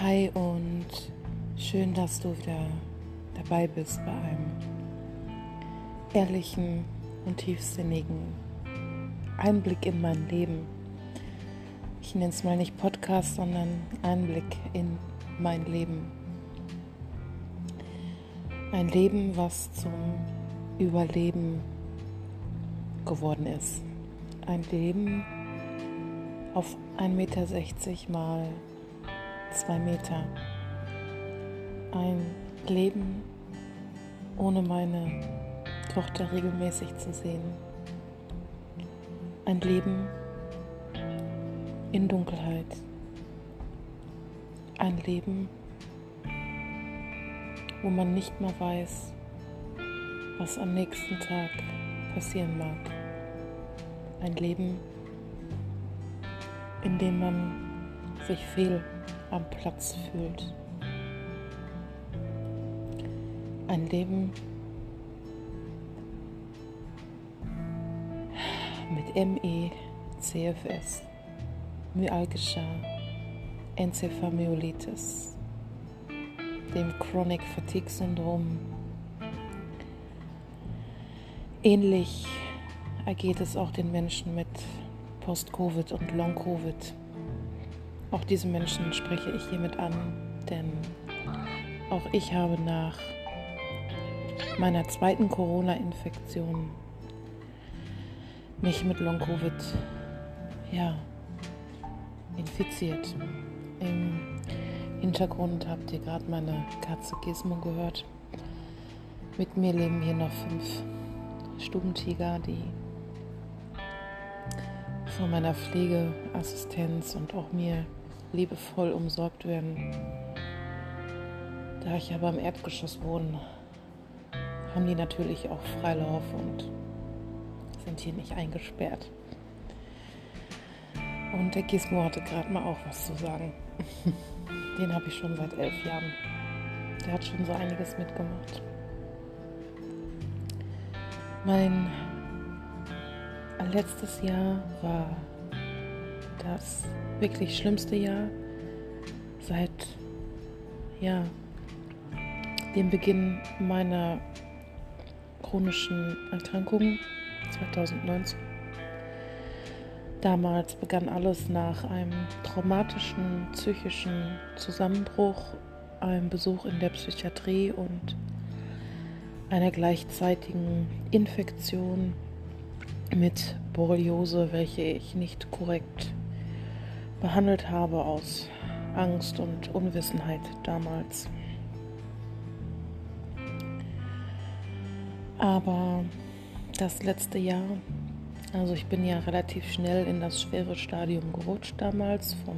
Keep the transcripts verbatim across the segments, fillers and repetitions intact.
Hi und schön, dass du wieder dabei bist bei einem ehrlichen und tiefsinnigen Einblick in mein Leben. Ich nenne es mal nicht Podcast, sondern Einblick in mein Leben. Ein Leben, was zum Überleben geworden ist. Ein Leben auf ein Meter sechzig mal zwei Meter. Ein Leben, ohne meine Tochter regelmäßig zu sehen. Ein Leben in Dunkelheit. Ein Leben, wo man nicht mehr weiß, was am nächsten Tag passieren mag. Ein Leben, in dem man sich fehl am Platz fühlt. Ein Leben mit M E C F S, Myalgischer Enzephalomyelitis, dem Chronic Fatigue Syndrom. Ähnlich ergeht es auch den Menschen mit Post-Covid und Long-Covid. Auch diese Menschen spreche ich hiermit an, denn auch ich habe nach meiner zweiten Corona-Infektion mich mit Long-Covid ja, infiziert. Im Hintergrund habt ihr gerade meine Katze Gizmo gehört. Mit mir leben hier noch fünf Stubentiger, die von meiner Pflegeassistenz und auch mir liebevoll umsorgt werden. Da ich aber im Erdgeschoss wohne, haben die natürlich auch Freilauf und sind hier nicht eingesperrt. Und der Gizmo hatte gerade mal auch was zu sagen. Den habe ich schon seit elf Jahren. Der hat schon so einiges mitgemacht. Mein letztes Jahr war das wirklich schlimmste Jahr seit ja, dem Beginn meiner chronischen Erkrankung zweitausendneunzehn. Damals begann alles nach einem traumatischen psychischen Zusammenbruch, einem Besuch in der Psychiatrie und einer gleichzeitigen Infektion mit Borreliose, welche ich nicht korrekt behandelt habe aus Angst und Unwissenheit damals. Aber das letzte Jahr, also ich bin ja relativ schnell in das schwere Stadium gerutscht damals, vom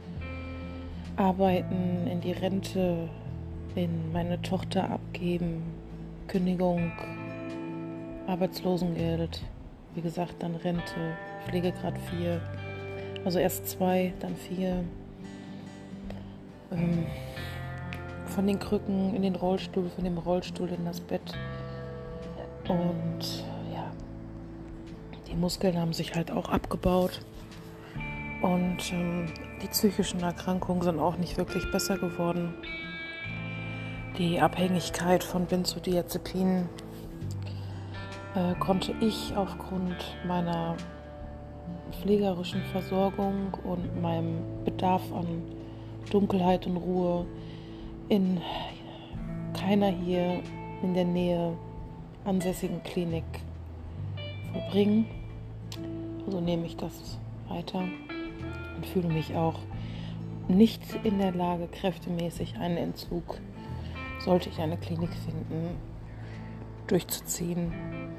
Arbeiten in die Rente, in meine Tochter abgeben, Kündigung, Arbeitslosengeld, wie gesagt, dann Rente, Pflegegrad vier, also erst zwei, dann vier, ähm, von den Krücken in den Rollstuhl, von dem Rollstuhl in das Bett und ja, die Muskeln haben sich halt auch abgebaut und ähm, die psychischen Erkrankungen sind auch nicht wirklich besser geworden. Die Abhängigkeit von Benzodiazepinen äh, konnte ich aufgrund meiner pflegerischen Versorgung und meinem Bedarf an Dunkelheit und Ruhe in keiner hier in der Nähe ansässigen Klinik vollbringen. Also nehme ich das weiter und fühle mich auch nicht in der Lage, kräftemäßig einen Entzug, sollte ich eine Klinik finden, durchzuziehen.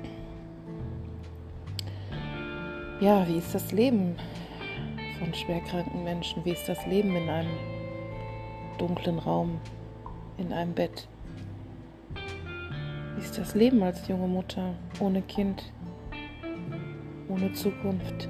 Ja, wie ist das Leben von schwerkranken Menschen? Wie ist das Leben in einem dunklen Raum, in einem Bett? Wie ist das Leben als junge Mutter, ohne Kind, ohne Zukunft?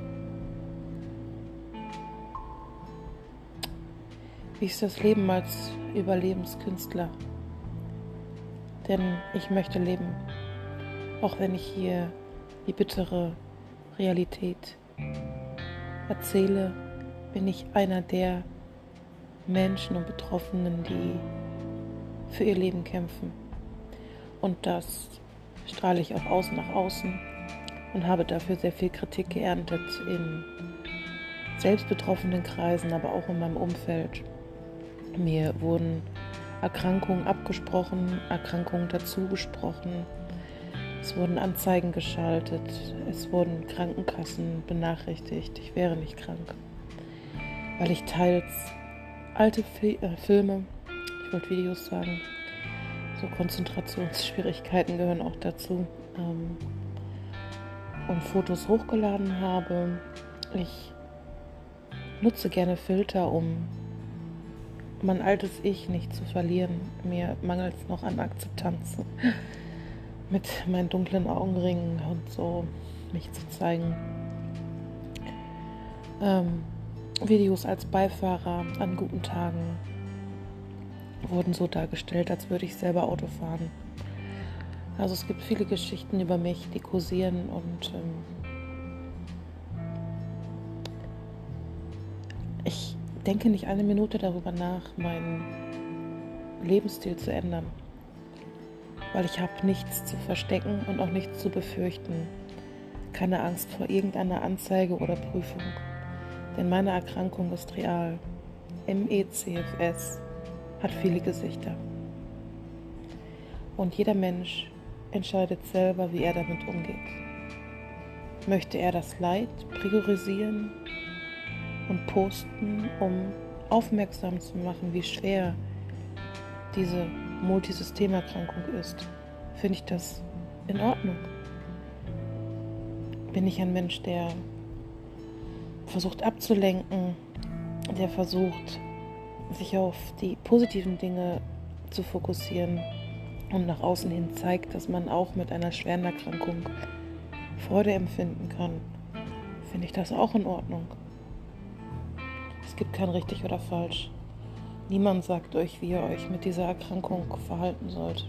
Wie ist das Leben als Überlebenskünstler? Denn ich möchte leben, auch wenn ich hier die bittere Realität erzähle, bin ich einer der Menschen und Betroffenen, die für ihr Leben kämpfen. Und das strahle ich auch aus nach außen und habe dafür sehr viel Kritik geerntet in selbst betroffenen Kreisen, aber auch in meinem Umfeld. Mir wurden Erkrankungen abgesprochen, Erkrankungen dazu gesprochen. Es wurden Anzeigen geschaltet, es wurden Krankenkassen benachrichtigt, ich wäre nicht krank. Weil ich teils alte Fi- äh, Filme, ich wollte Videos sagen, so Konzentrationsschwierigkeiten gehören auch dazu, ähm, und Fotos hochgeladen habe. Ich nutze gerne Filter, um mein altes Ich nicht zu verlieren. Mir mangelt es noch an Akzeptanz, mit meinen dunklen Augenringen und so mich zu zeigen. Ähm, Videos als Beifahrer an guten Tagen wurden so dargestellt, als würde ich selber Auto fahren. Also es gibt viele Geschichten über mich, die kursieren und ähm, ich denke nicht eine Minute darüber nach, meinen Lebensstil zu ändern, weil ich habe nichts zu verstecken und auch nichts zu befürchten. Keine Angst vor irgendeiner Anzeige oder Prüfung, denn meine Erkrankung ist real. M E C F S hat viele Gesichter. Und jeder Mensch entscheidet selber, wie er damit umgeht. Möchte er das Leid priorisieren und posten, um aufmerksam zu machen, wie schwer diese Multisystemerkrankung ist, finde ich das in Ordnung. Bin ich ein Mensch, der versucht abzulenken, der versucht, sich auf die positiven Dinge zu fokussieren und nach außen hin zeigt, dass man auch mit einer schweren Erkrankung Freude empfinden kann, finde ich das auch in Ordnung. Es gibt kein richtig oder falsch. Niemand sagt euch, wie ihr euch mit dieser Erkrankung verhalten sollt.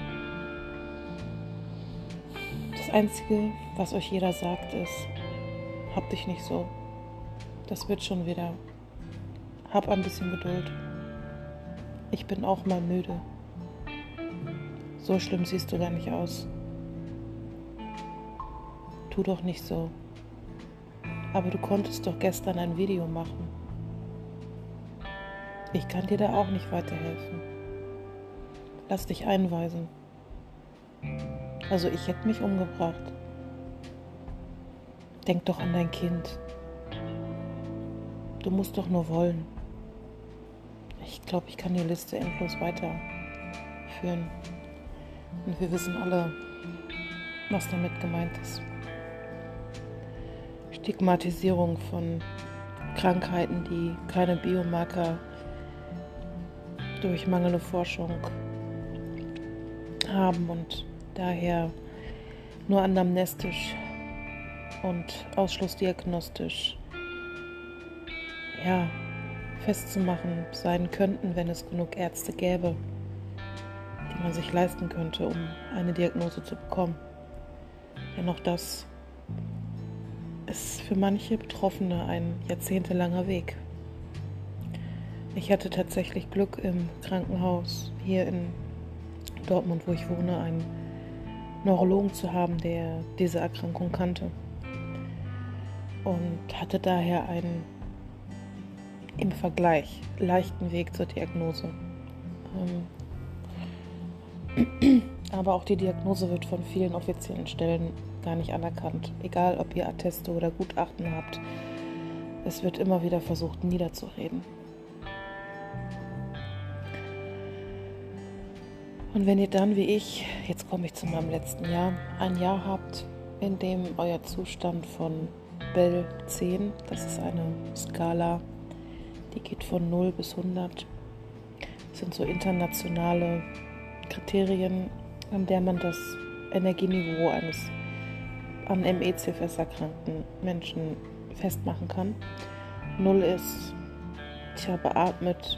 Das Einzige, was euch jeder sagt, ist, hab dich nicht so. Das wird schon wieder. Hab ein bisschen Geduld. Ich bin auch mal müde. So schlimm siehst du gar nicht aus. Tu doch nicht so. Aber du konntest doch gestern ein Video machen. Ich kann dir da auch nicht weiterhelfen. Lass dich einweisen. Also ich hätte mich umgebracht. Denk doch an dein Kind. Du musst doch nur wollen. Ich glaube, ich kann die Liste endlos weiterführen. Und wir wissen alle, was damit gemeint ist. Stigmatisierung von Krankheiten, die keine Biomarker durch mangelnde Forschung haben und daher nur anamnestisch und ausschlussdiagnostisch ja, festzumachen sein könnten, wenn es genug Ärzte gäbe, die man sich leisten könnte, um eine Diagnose zu bekommen. Denn auch das ist für manche Betroffene ein jahrzehntelanger Weg. Ich hatte tatsächlich Glück, im Krankenhaus hier in Dortmund, wo ich wohne, einen Neurologen zu haben, der diese Erkrankung kannte und hatte daher einen im Vergleich leichten Weg zur Diagnose. Aber auch die Diagnose wird von vielen offiziellen Stellen gar nicht anerkannt. Egal, ob ihr Atteste oder Gutachten habt, es wird immer wieder versucht, niederzureden. Und wenn ihr dann, wie ich, jetzt komme ich zu meinem letzten Jahr, ein Jahr habt, in dem euer Zustand von Bell zehn, das ist eine Skala, die geht von null bis hundert, das sind so internationale Kriterien, an der man das Energieniveau eines an M E C F S erkrankten Menschen festmachen kann. Null ist, tja, beatmet,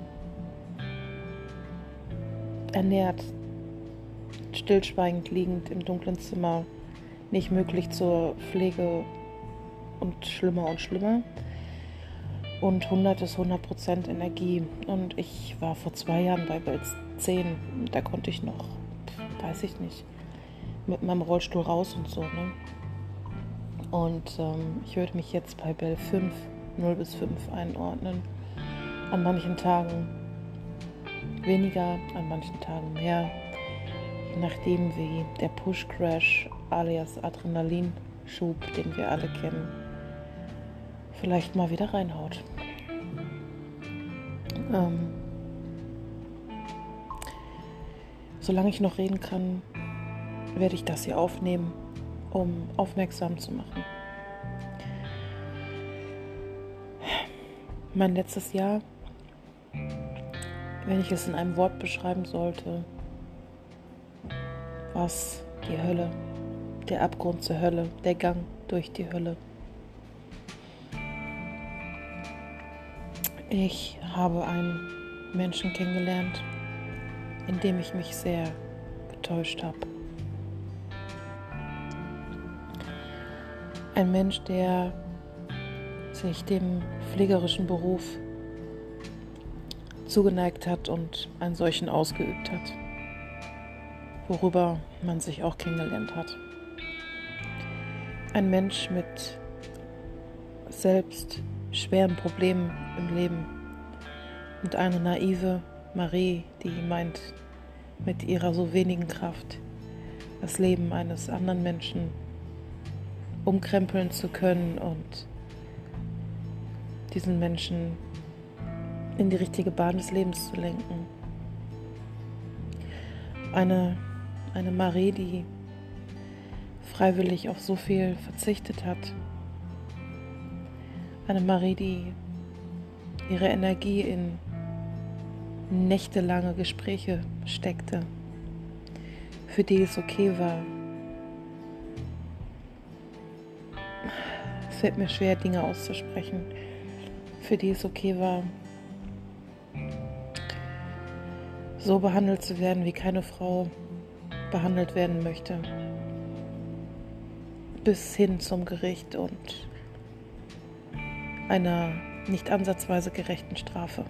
ernährt, stillschweigend liegend im dunklen Zimmer, nicht möglich zur Pflege und schlimmer und schlimmer. Und hundert ist hundert Prozent Energie. Und ich war vor zwei Jahren bei Welt zehn. Da konnte ich noch, weiß ich nicht, mit meinem Rollstuhl raus und so. Ne? Und ähm, ich würde mich jetzt bei Bell fünf, null bis fünf einordnen. An manchen Tagen weniger, an manchen Tagen mehr. Je nachdem, wie der Push-Crash alias Adrenalinschub, den wir alle kennen, vielleicht mal wieder reinhaut. Ähm, solange ich noch reden kann, werde ich das hier aufnehmen, um aufmerksam zu machen. Mein letztes Jahr, wenn ich es in einem Wort beschreiben sollte, war es die Hölle, der Abgrund zur Hölle, der Gang durch die Hölle. Ich habe einen Menschen kennengelernt, in dem ich mich sehr getäuscht habe. Ein Mensch, der sich dem pflegerischen Beruf zugeneigt hat und einen solchen ausgeübt hat, worüber man sich auch kennengelernt hat. Ein Mensch mit selbst schweren Problemen im Leben und eine naive Marie, die meint, mit ihrer so wenigen Kraft das Leben eines anderen Menschen umkrempeln zu können und diesen Menschen in die richtige Bahn des Lebens zu lenken. Eine, eine Marie, die freiwillig auf so viel verzichtet hat. Eine Marie, die ihre Energie in nächtelange Gespräche steckte, für die es okay war. Es fällt mir schwer, Dinge auszusprechen, für die es okay war, so behandelt zu werden, wie keine Frau behandelt werden möchte, bis hin zum Gericht und einer nicht ansatzweise gerechten Strafe.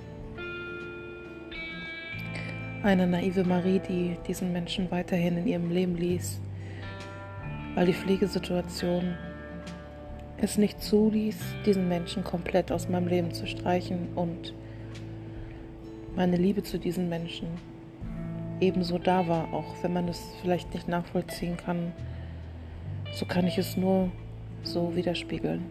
Eine naive Marie, die diesen Menschen weiterhin in ihrem Leben ließ, weil die Pflegesituation es nicht zuließ, diesen Menschen komplett aus meinem Leben zu streichen und meine Liebe zu diesen Menschen ebenso da war, auch wenn man es vielleicht nicht nachvollziehen kann, so kann ich es nur so widerspiegeln.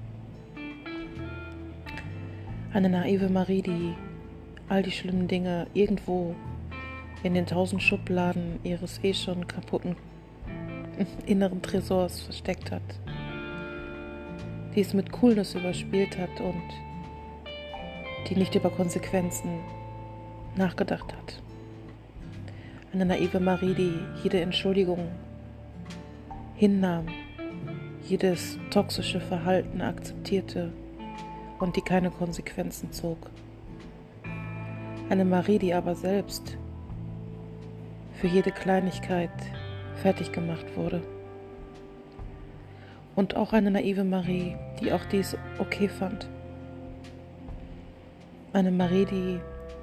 Eine naive Marie, die all die schlimmen Dinge irgendwo in den tausend Schubladen ihres eh schon kaputten inneren Tresors versteckt hat, die es mit Coolness überspielt hat und die nicht über Konsequenzen nachgedacht hat. Eine naive Marie, die jede Entschuldigung hinnahm, jedes toxische Verhalten akzeptierte und die keine Konsequenzen zog. Eine Marie, die aber selbst für jede Kleinigkeit fertig gemacht wurde. Und auch eine naive Marie, die auch dies okay fand. Eine Marie, die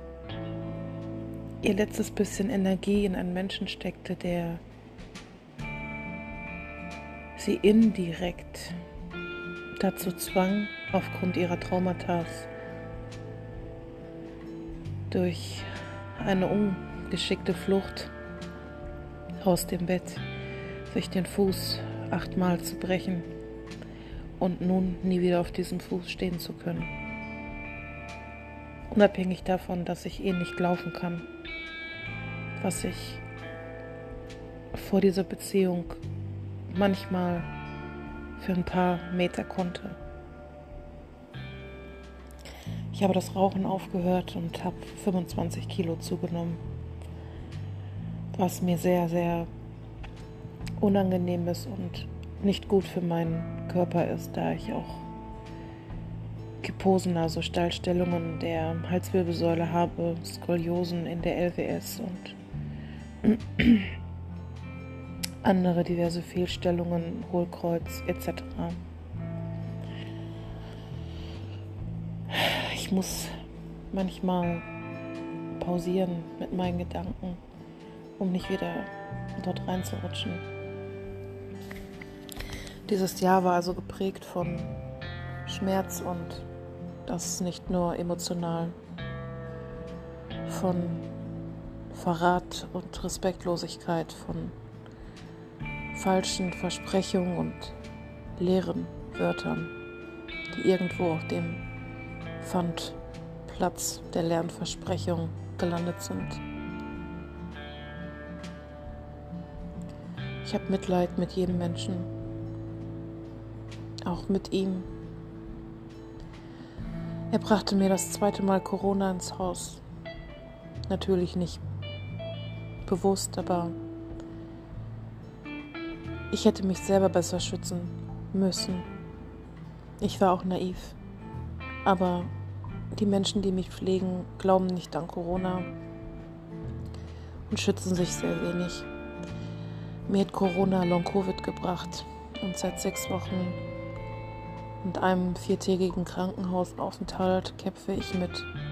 ihr letztes bisschen Energie in einen Menschen steckte, der sie indirekt dazu zwang, aufgrund ihrer Traumata durch eine ungeschickte Flucht aus dem Bett, sich den Fuß achtmal zu brechen und nun nie wieder auf diesem Fuß stehen zu können. Unabhängig davon, dass ich eh nicht laufen kann, was ich vor dieser Beziehung manchmal für ein paar Meter konnte. Ich habe das Rauchen aufgehört und habe fünfundzwanzig Kilo zugenommen, was mir sehr, sehr unangenehm ist und nicht gut für meinen Körper ist, da ich auch Kyphosen, also Steilstellungen der Halswirbelsäule habe, Skoliosen in der L W S und andere diverse Fehlstellungen, Hohlkreuz et cetera. ich muss manchmal pausieren mit meinen Gedanken, um nicht wieder dort reinzurutschen. Dieses Jahr war also geprägt von Schmerz und das nicht nur emotional, von Verrat und Respektlosigkeit, von falschen Versprechungen und leeren Wörtern, die irgendwo auf dem Pfandplatz der leeren Versprechung gelandet sind. Ich habe Mitleid mit jedem Menschen, auch mit ihm. Er brachte mir das zweite Mal Corona ins Haus. Natürlich nicht bewusst, aber ich hätte mich selber besser schützen müssen. Ich war auch naiv. Aber die Menschen, die mich pflegen, glauben nicht an Corona und schützen sich sehr wenig. Mir hat Corona Long-Covid gebracht und seit sechs Wochen und einem viertägigen Krankenhausaufenthalt kämpfe ich mit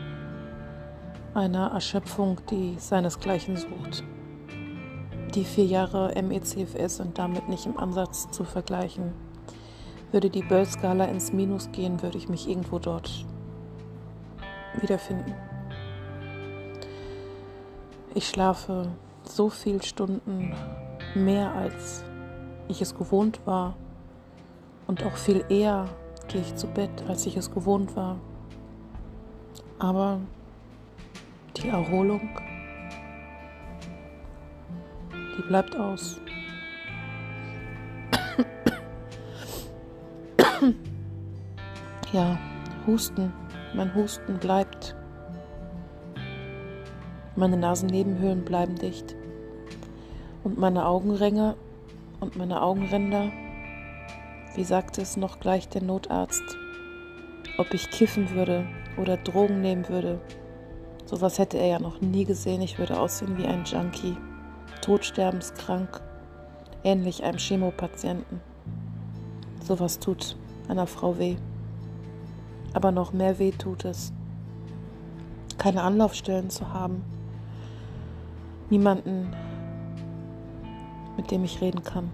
einer Erschöpfung, die seinesgleichen sucht. Die vier Jahre M E C F S sind damit nicht im Ansatz zu vergleichen. Würde die Böll-Skala ins Minus gehen, würde ich mich irgendwo dort wiederfinden. Ich schlafe so viele Stunden mehr, als ich es gewohnt war. Und auch viel eher gehe ich zu Bett, als ich es gewohnt war. Aber die Erholung, die bleibt aus. Ja, Husten, mein Husten bleibt. Meine Nasennebenhöhlen bleiben dicht. Und meine Augenringe und meine Augenränder, wie sagte es noch gleich der Notarzt, ob ich kiffen würde oder Drogen nehmen würde. Sowas hätte er ja noch nie gesehen. Ich würde aussehen wie ein Junkie, todsterbenskrank, ähnlich einem Chemopatienten. Sowas tut einer Frau weh. Aber noch mehr weh tut es, keine Anlaufstellen zu haben. Niemanden, mit dem ich reden kann.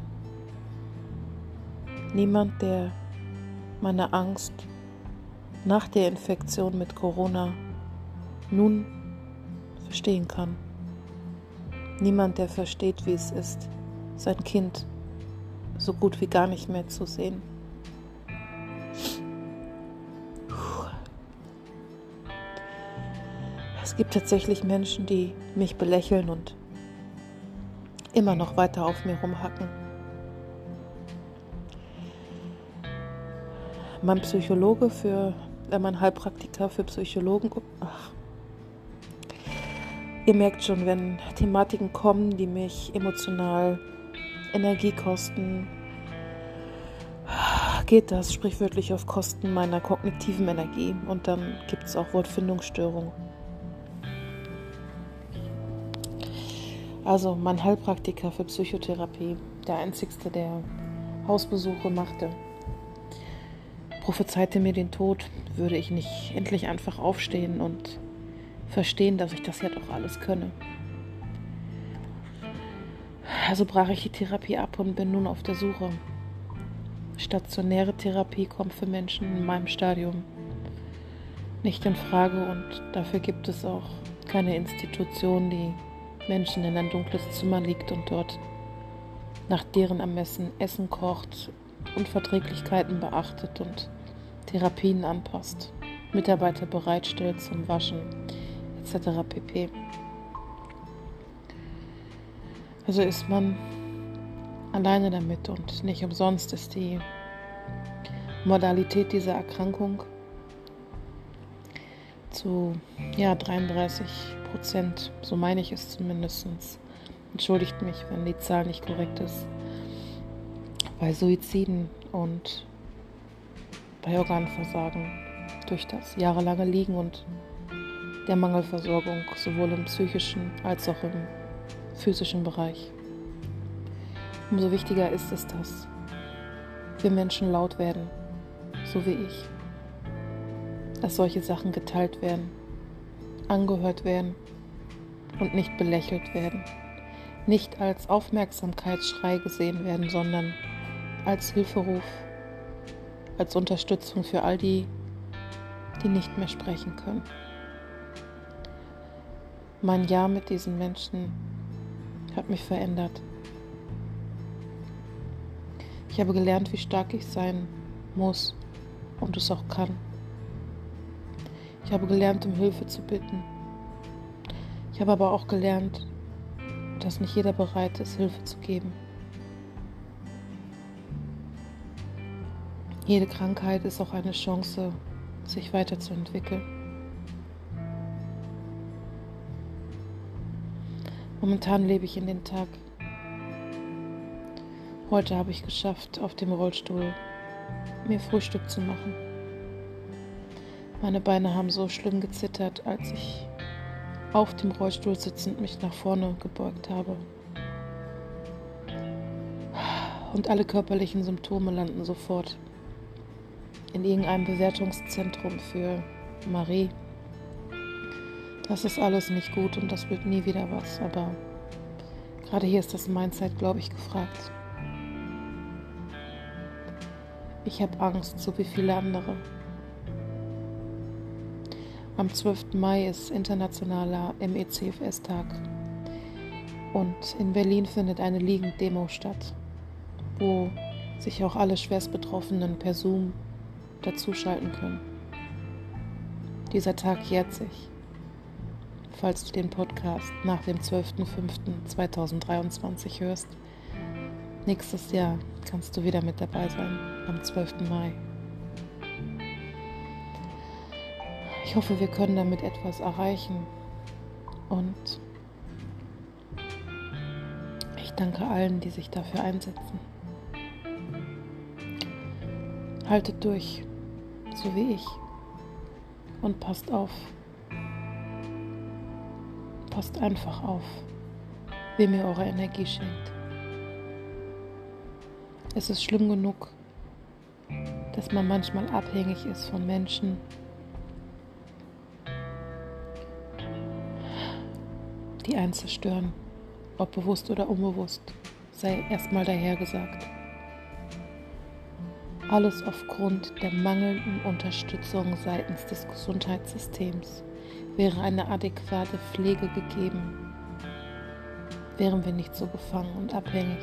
Niemand, der meine Angst nach der Infektion mit Corona nun verstehen kann. Niemand, der versteht, wie es ist, sein Kind so gut wie gar nicht mehr zu sehen. Es gibt tatsächlich Menschen, die mich belächeln und immer noch weiter auf mir rumhacken. Mein Psychologe für, äh, mein Heilpraktiker für Psychologen, ach, ihr merkt schon, wenn Thematiken kommen, die mich emotional Energie kosten, geht das sprichwörtlich auf Kosten meiner kognitiven Energie und dann gibt es auch Wortfindungsstörungen. Also mein Heilpraktiker für Psychotherapie, der einzigste, der Hausbesuche machte, prophezeite mir den Tod, würde ich nicht endlich einfach aufstehen und verstehen, dass ich das ja doch alles könne. Also brach ich die Therapie ab und bin nun auf der Suche. Stationäre Therapie kommt für Menschen in meinem Stadium nicht in Frage und dafür gibt es auch keine Institution, die Menschen in ein dunkles Zimmer liegt und dort nach deren Ermessen Essen kocht, Unverträglichkeiten beachtet und Therapien anpasst, Mitarbeiter bereitstellt zum Waschen et cetera pp. Also ist man alleine damit und nicht umsonst ist die Modalität dieser Erkrankung zu ja, dreiunddreißig Prozent, so meine ich es zumindest, entschuldigt mich, wenn die Zahl nicht korrekt ist, bei Suiziden und bei Organversagen durch das jahrelange Liegen und der Mangelversorgung, sowohl im psychischen als auch im physischen Bereich. Umso wichtiger ist es, dass wir Menschen laut werden, so wie ich. dass solche Sachen geteilt werden, angehört werden und nicht belächelt werden, nicht als Aufmerksamkeitsschrei gesehen werden, sondern als Hilferuf, als Unterstützung für all die, die nicht mehr sprechen können. Mein Jahr mit diesen Menschen hat mich verändert. Ich habe gelernt, wie stark ich sein muss und es auch kann. Ich habe gelernt, um Hilfe zu bitten. Ich habe aber auch gelernt, dass nicht jeder bereit ist, Hilfe zu geben. Jede Krankheit ist auch eine Chance, sich weiterzuentwickeln. Momentan lebe ich in den Tag. Heute habe ich geschafft, auf dem Rollstuhl mir Frühstück zu machen. Meine Beine haben so schlimm gezittert, als ich auf dem Rollstuhl sitzend mich nach vorne gebeugt habe. Und alle körperlichen Symptome landen sofort in irgendeinem Bewertungszentrum für Marie. Das ist alles nicht gut und das wird nie wieder was, aber gerade hier ist das Mindset, glaube ich, gefragt. Ich habe Angst, so wie viele andere. Am zwölften Mai ist internationaler M E C F S-Tag und in Berlin findet eine Liegend-Demo statt, wo sich auch alle Schwerstbetroffenen per Zoom dazuschalten können. Dieser Tag jährt sich, falls du den Podcast nach dem zwölften fünften zweitausenddreiundzwanzig hörst. Nächstes Jahr kannst du wieder mit dabei sein, am zwölften Mai. Ich hoffe, wir können damit etwas erreichen und ich danke allen, die sich dafür einsetzen. Haltet durch, so wie ich, und passt auf. Passt einfach auf, wem ihr eure Energie schenkt. Es ist schlimm genug, dass man manchmal abhängig ist von Menschen, die einen zerstören, ob bewusst oder unbewusst, sei erstmal dahergesagt. Alles aufgrund der mangelnden Unterstützung seitens des Gesundheitssystems. Wäre eine adäquate Pflege gegeben, wären wir nicht so gefangen und abhängig.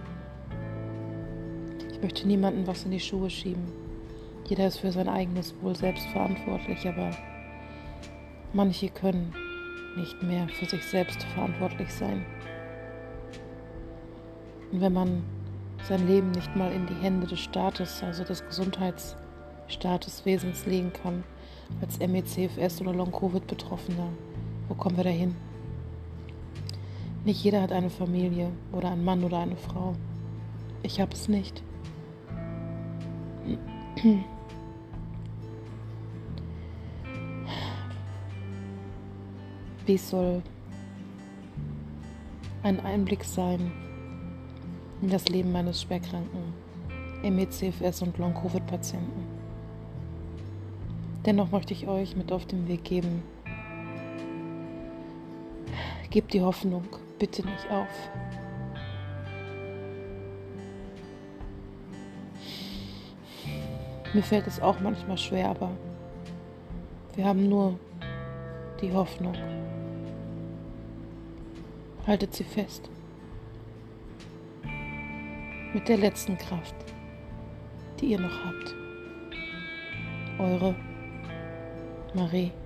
Ich möchte niemandem was in die Schuhe schieben. Jeder ist für sein eigenes Wohl selbst verantwortlich, aber manche können nicht mehr für sich selbst verantwortlich sein. Und wenn man sein Leben nicht mal in die Hände des Staates, also des Gesundheitsstaateswesens legen kann, als M E C F S oder Long-Covid-Betroffener, wo kommen wir da hin? Nicht jeder hat eine Familie oder einen Mann oder eine Frau. Ich habe es nicht. Wie soll ein Einblick sein in das Leben meines schwerkranken M E C F S und Long-Covid-Patienten? Dennoch möchte ich euch mit auf den Weg geben, gebt die Hoffnung bitte nicht auf. Mir fällt es auch manchmal schwer, aber wir haben nur die Hoffnung. Haltet sie fest. Mit der letzten Kraft, die ihr noch habt. Eure Marie.